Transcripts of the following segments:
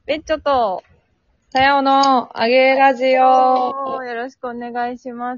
ベッチョと、 さようの、あげラジオ。 よろしくお願いします。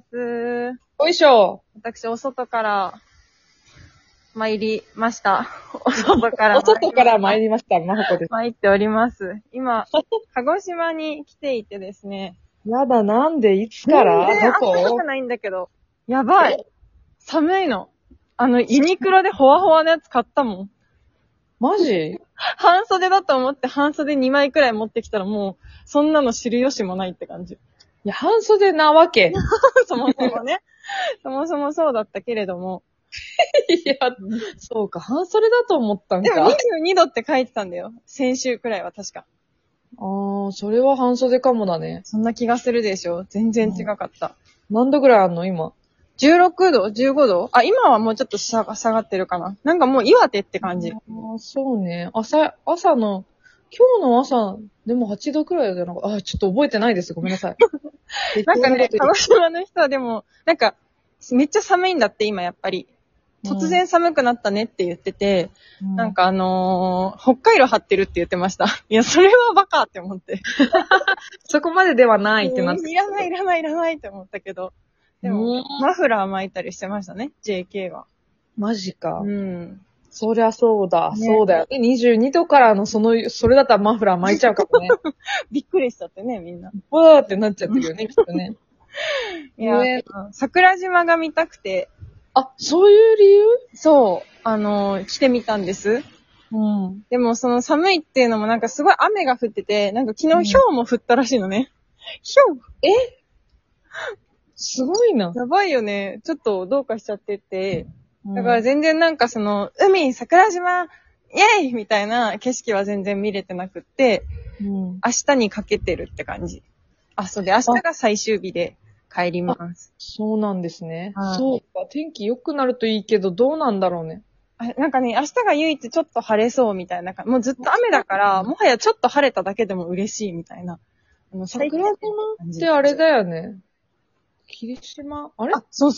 よいしょ。 私、お外から参りました。お外からお外から参りました、まほこです。 参っております。今、鹿児島に来ていてですね。 やだ、なんで、いつから全然どこ暖かくないんだけど。やばい。寒いの。ユニクロでホワホワのやつ買ったもん。 マジ半袖だと思って半袖2枚くらい持ってきたらもう、そんなの知る由もないって感じ。 いや、半袖なわけ。 そもそもね。そもそもそうだったけれども。 いや、そうか、半袖だと思ったんでもか。 22度って書いてたんだよ。先週くらいは確か。 それは半袖かもだね。 そんな気がするでしょ。全然違かった。 何度ぐらいあんの、今。 16度 ?15 度今はもうちょっと下がってるかな。なんかもう岩手って感じ。 そうね。朝の、今日の朝、でも8度くらいじゃなかった。ちょっと覚えてないです。ごめんなさい。 なんかね、鹿児島の人はでも、なんか、めっちゃ寒いんだって、今やっぱり。突然寒くなったねって言ってて、なんか北海道張ってるって言ってました。いや、それはバカって思って。 そこまでではないってなって。 いらないって思ったけど。でも、マフラー巻いたりしてましたね、JK は。 マジか。 うん。 そりゃそうだ。 ね、 そうだよね。22度からのそれだったらマフラー巻いちゃうかもね。 びっくりしちゃってね、みんな。 わーってなっちゃってるよね、きっとね。 いや、桜島が見たくて。 そういう理由？ そう、来てみたんです。 うん。 でも、その寒いっていうのもなんかすごい雨が降ってて、なんか昨日氷も降ったらしいのね。氷すごいな。 やばいよね。ちょっとどうかしちゃってて。だから全然なんか海、桜島、イェイみたいな景色は全然見れてなくって、明日にかけてるって感じ。そうで、明日が最終日で帰ります。 そうなんですね。そうか。天気良くなるといいけど、どうなんだろうね。 なんかね、明日が唯一ちょっと晴れそうみたいな感じ。もうずっと雨だから、もはやちょっと晴れただけでも嬉しいみたいな。 桜島ってあれだよね。霧島あれそう。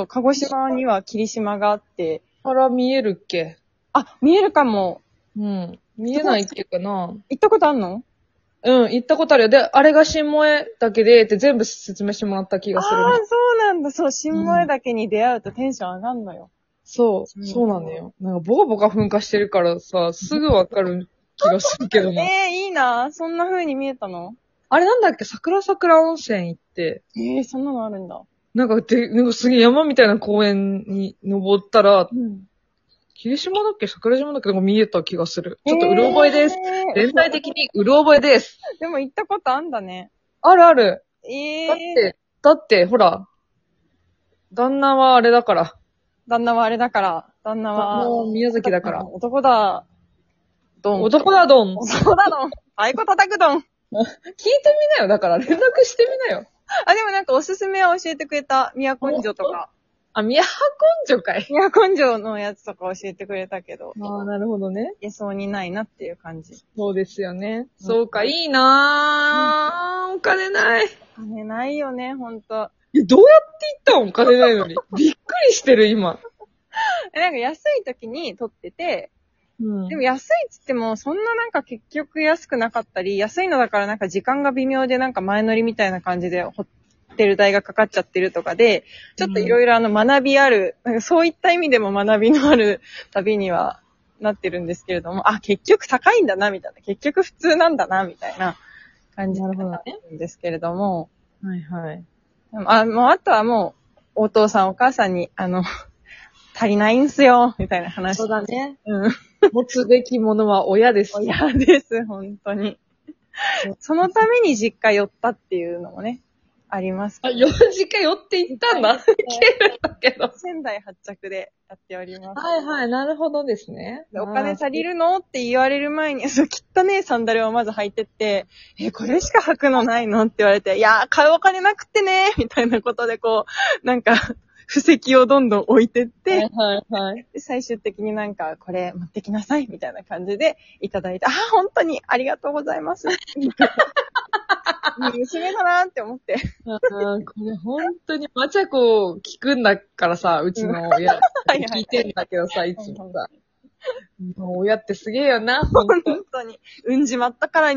鹿児島には霧島があって。 から見えるっけ？ 見えるかも。 うん。見えないっけかな。 行ったことあんの？ うん、行ったことあるよ。で、あれが新萌岳でって全部説明してもらった気がする。 そうなんだ。そう、新萌岳に出会うとテンション上がんのよ。 そうなんだよ。なんかボカボカ噴火してるからさ、すぐわかる気がするけどな。 いいな。そんな風に見えたの？ あれなんだっけ、桜温泉行って。 そんなのあるんだ。 なんかすげえ山みたいな公園に登ったら、霧島だっけ桜島だっけなんか見えた気がする。ちょっとうろ覚えです。全体的にうろ覚えです。 でも行ったことあんだね。 あるある。だって、ほら、旦那はあれだから。 旦那は宮崎だから。 男だ。 男だどん。 太鼓叩くどん。 聞いてみなよ。だから連絡してみなよ。 でもなんかおすすめは教えてくれた。宮根城とか。 宮根城かい。 宮根城のやつとか教えてくれたけど。 なるほどね。 いそうにないなっていう感じ。 そうですよね。そうか、いいなぁ。お金ない。 お金ないよね、ほんと。 どうやって行ったんお金ないのに。びっくりしてる、今。 なんか安い時に撮ってて、でも安いっつっても、そんななんか結局安くなかったり、安いのだからなんか時間が微妙でなんか前乗りみたいな感じでホテル代がかかっちゃってるとかで、ちょっといろいろ学びある、そういった意味でも学びのある旅にはなってるんですけれども、結局高いんだな、みたいな。結局普通なんだな、みたいな感じになってるんですけれども。 はいはい。 もうあとはもう、お父さんお母さんに、足りないんすよ、みたいな話。 そうだね。持つべきものは親です。 親です、本当に。そのために実家寄ったっていうのもね、あります。 実家寄って行ったんだ。けるんだけど。 仙台発着でやっております。 はいはい、なるほどですね。 お金足りるのって言われる前に、汚ねサンダルをまず履いてって、これしか履くのないのって言われて、いやー、買うお金なくってねみたいなことでなんか、布石をどんどん置いてって、で最終的になんか、これ持ってきなさいみたいな感じでいただいて、本当にありがとうございます。娘だなって思って。 これ本当にまちゃこを聞くんだからさ、うちの親。聞いてんだけどさ、いつもさ。親ってすげえよな、 本当に。うんじまったからには、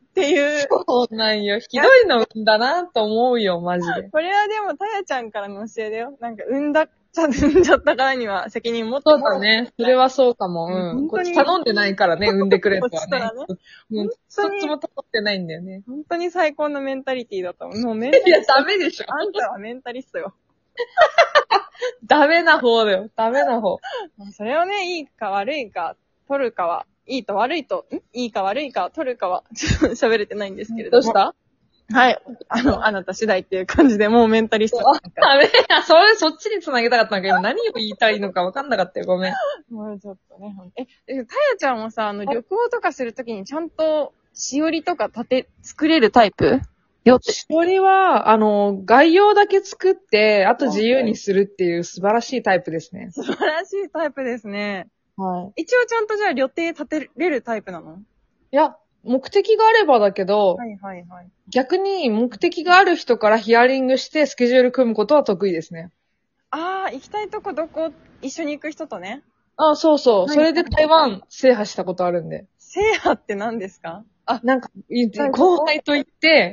っていう。 そうなんよ。ひどいの産んだなと思うよ、マジで。 これはでも、たやちゃんからの教えだよ。なんか、ちゃんと産んじゃったからには責任持ってそうだね。それはそうかも。うん。こっ本当にち頼んでないからね、産んでくれとはね。 こっちからねもう、そっちも頼ってないんだよね。 本当に最高のメンタリティだったもん。もうメンタいや、 リスト。 ダメでしょ。 あんたはメンタリストよ。 ダメな方だよ。ダメな方。 それをね、いいか悪いか、取るかは、いいと悪いと、いいか悪いか、取るかは、ちょっと喋れてないんですけれども。 どうした？ はい。あなた次第っていう感じで、もうメンタリスト。 ダメや。そっちに繋げたかったんだけど、何を言いたいのか分かんなかったよ。ごめん。 もうちょっとね。たやちゃんもさ、旅行とかするときにちゃんと、しおりとか作れるタイプよって。 しおりは、概要だけ作って、あと自由にするっていう素晴らしいタイプですね。 素晴らしいタイプですね。 はい。 一応ちゃんとじゃあ予定立てれるタイプなの？ いや、目的があればだけど、 はいはいはい。 逆に目的がある人からヒアリングしてスケジュール組むことは得意ですね。 ああ、行きたいとこどこ一緒に行く人とね。 あ、そうそう。 はいそれで台湾制覇したことあるんで。 制覇って何ですか？ なんか、 はい後輩と言って、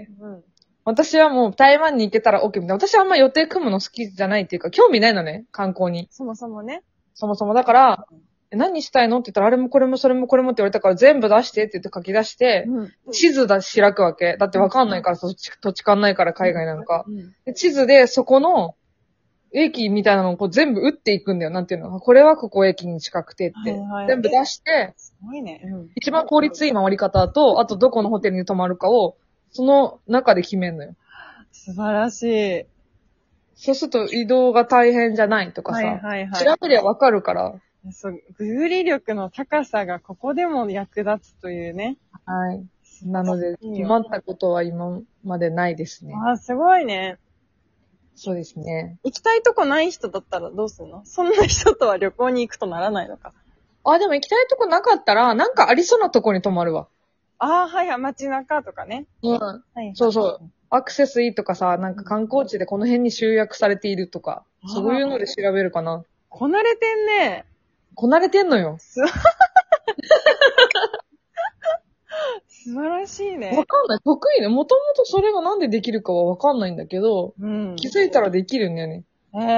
うん。 私はもう台湾に行けたら OK みたいな。私はあんま予定組むの好きじゃないっていうか、興味ないのね、観光に。 そもそもね。 そもそも。だから、何したいのって言ったら、あれもこれもそれもこれもって言われたから全部出してって言って書き出して、地図開くわけ。だってわかんないから、土地勘ないから海外なんか。で地図でそこの駅みたいなのをこう全部打っていくんだよ。なんていうの。これはここ駅に近くてって。 はいはい全部出して、 すごいね。 一番効率いい回り方と、あとどこのホテルに泊まるかを、その中で決めんのよ。 素晴らしい。 そうすると移動が大変じゃないとかさ、 はいはいはい。 調べりゃわかるから。 そう、ググリ力の高さがここでも役立つというね。 はい。なので、困ったことは今までないですね。 あ、すごいね。 そうですね。 行きたいとこない人だったらどうするの？そんな人とは旅行に行くとならないのか。 でも行きたいとこなかったら、なんかありそうなとこに泊まるわ。 はいはい、街中とかね。 はい、 はい。 そうそう。アクセスいいとかさ、なんか観光地でこの辺に集約されているとか、そういうので調べるかな。 こなれてんね。 こなれてんのよ。 素晴らしいね。 わかんない。得意ね。もともとそれがなんでできるかはわかんないんだけど、気づいたらできるんだよね。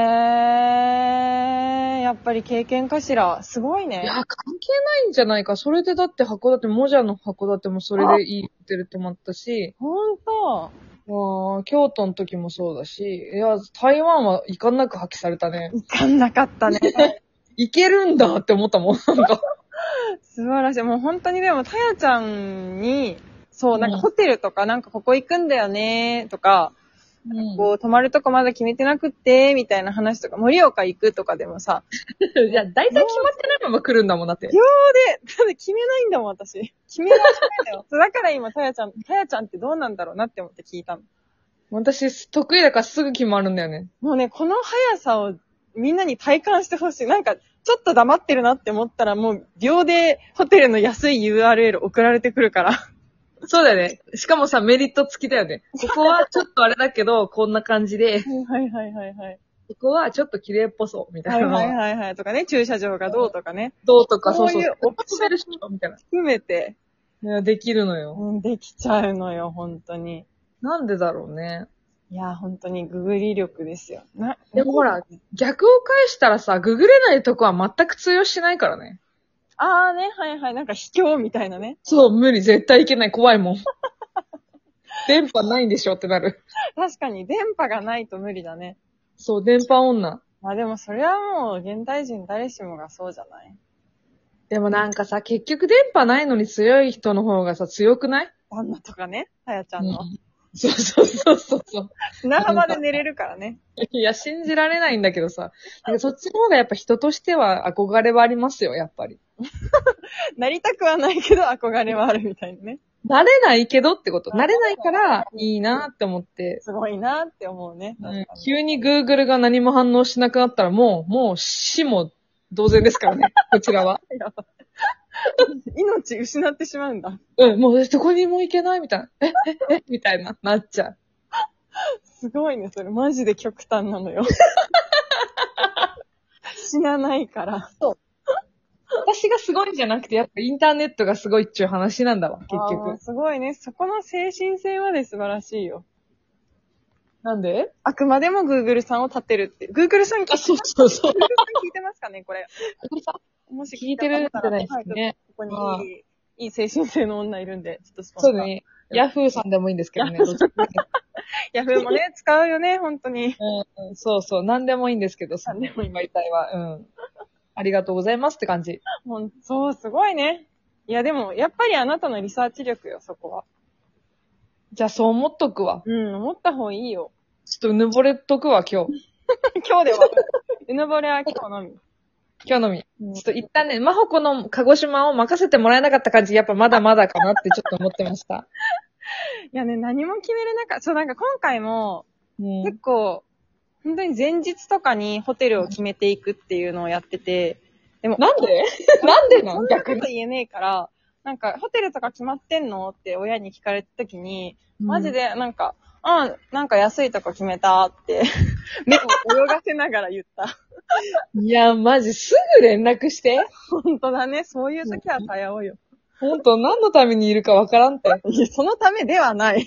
やっぱり経験かしら。すごいね。 いや、関係ないんじゃないか。それでだって函館、もじゃの函館もそれでいいホテル泊まったし、 ほんと。 京都の時もそうだし、いや、台湾は遺憾なく破棄されたね。 いかんなかったね。 いけるんだって思ったもん、なんか。 素晴らしい。もう本当にでも、たやちゃんに、そう、なんかホテルとか、なんかここ行くんだよね、とか、こう、泊まるとこまだ決めてなくって、みたいな話とか、盛岡行くとかでもさ。 いや、大体決まってないまま来るんだもん、だって。 秒で、ただ決めないんだもん、私。決めないんだよ。だから今、たやちゃんってどうなんだろうなって思って聞いたの。 私、得意だからすぐ決まるんだよね。 もうね、この速さをみんなに体感してほしい。なんか、ちょっと黙ってるなって思ったら、もう秒でホテルの安い URL 送られてくるから。 そうだよね。しかもさ、メリット付きだよね。ここはちょっとあれだけど、こんな感じで。 はいはいはいはい。 ここはちょっと綺麗っぽそう、みたいな。 はいはいはいはい。とかね、駐車場がどうとかね。 どうとか、そうそう。 そういうオプションるしょみたいな。 含めて、 いや、できるのよ。 できちゃうのよ、本当に。 なんでだろうね。 いや、本当にググり力ですよ。 でもほら、逆を返したらさ、ググれないとこは全く通用しないからね。 ね、はいはい。なんか卑怯みたいなね。 そう、無理、絶対いけない、怖いもん。電波ないんでしょってなる。 確かに、電波がないと無理だね。 そう、電波女。 でもそれはもう、現代人誰しもがそうじゃない？ でもなんかさ、結局電波ないのに強い人の方がさ、強くない？ 旦那とかね、はやちゃんの。 そうそうそうそうそう。 砂浜で寝れるからね。 いや、信じられないんだけどさ。そっちの方がやっぱ人としては憧れはありますよ、やっぱり。 なりたくはないけど憧れはあるみたいなね。 なれないけどってこと。なれないからいいなって思って。 すごいなって思うね。 急に Google が何も反応しなくなったらもう死も同然ですからね、こちらは。 命失ってしまうんだ。 もうどこにも行けないみたいな。みたいな、なっちゃう。 すごいね、それ。マジで極端なのよ。死なないから。 そう。 私がすごいんじゃなくて、やっぱインターネットがすごいっちゅう話なんだわ、結局。 すごいね。そこの精神性まで素晴らしいよ。 なんで？ あくまでも Google さんを立てるって。Google さん聞いてますか？ そうそうそう。 Google さん聞いてますかね、これ。もし聞いてるんじゃないですね。 ここにいい精神性の女いるんで、ちょっとスポンそうだね。ヤフーさんでもいいんですけどね。 ヤフーもね、使うよね、本当に。 うん、そうそう。何でもいいんですけど、 何でもいい。 媒体は。うん。ありがとうございますって感じ。 そう、すごいね。いや、でも、やっぱりあなたのリサーチ力よ、そこは。 じゃあそう思っとくわ。 思った方がいいよ。 ちょっとうぬぼれとくわ、今日。 今日では。うぬぼれは今日のみ。 今日のみ。ちょっと一旦ね、まほこの鹿児島を任せてもらえなかった感じ、やっぱまだまだかなってちょっと思ってました。 いやね、何も決めれなかった。そう、なんか今回も、結構、本当に前日とかにホテルを決めていくっていうのをやってて、でも、 なんでなんでなん逆に言えねえから、なんか、ホテルとか決まってんのって親に聞かれた時に、マジで、なんか、なんか安いとこ決めたって、目を泳がせながら言った。 いや、マジすぐ連絡して。 本当だね。そういう時は頼おうよ。 本当何のためにいるかわからんって。 そのためではない。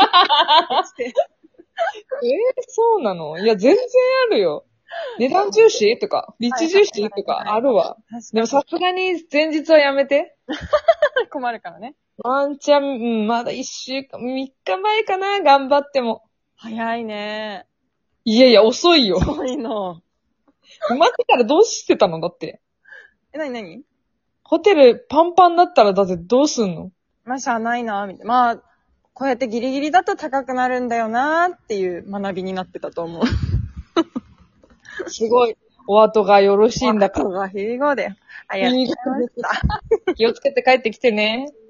そうなの？いや、全然あるよ。値段重視とか、立地重視とかあるわ。でもさすがに前日はやめて。 困るからね。 ワンチャン、まだ1週間、3日前かな、頑張っても。 早いね。 いやいや、遅いよ。 遅いの。 待ってたらどうしてたのだって。 なにホテルパンパンだったらだってどうすんの？ まあ、しゃあないな、みたいな。まあ、こうやってギリギリだと高くなるんだよな、っていう学びになってたと思う。 すごい。お後がよろしいんだから。 お後が平和で。ありがとうございました。 気をつけて帰ってきてね。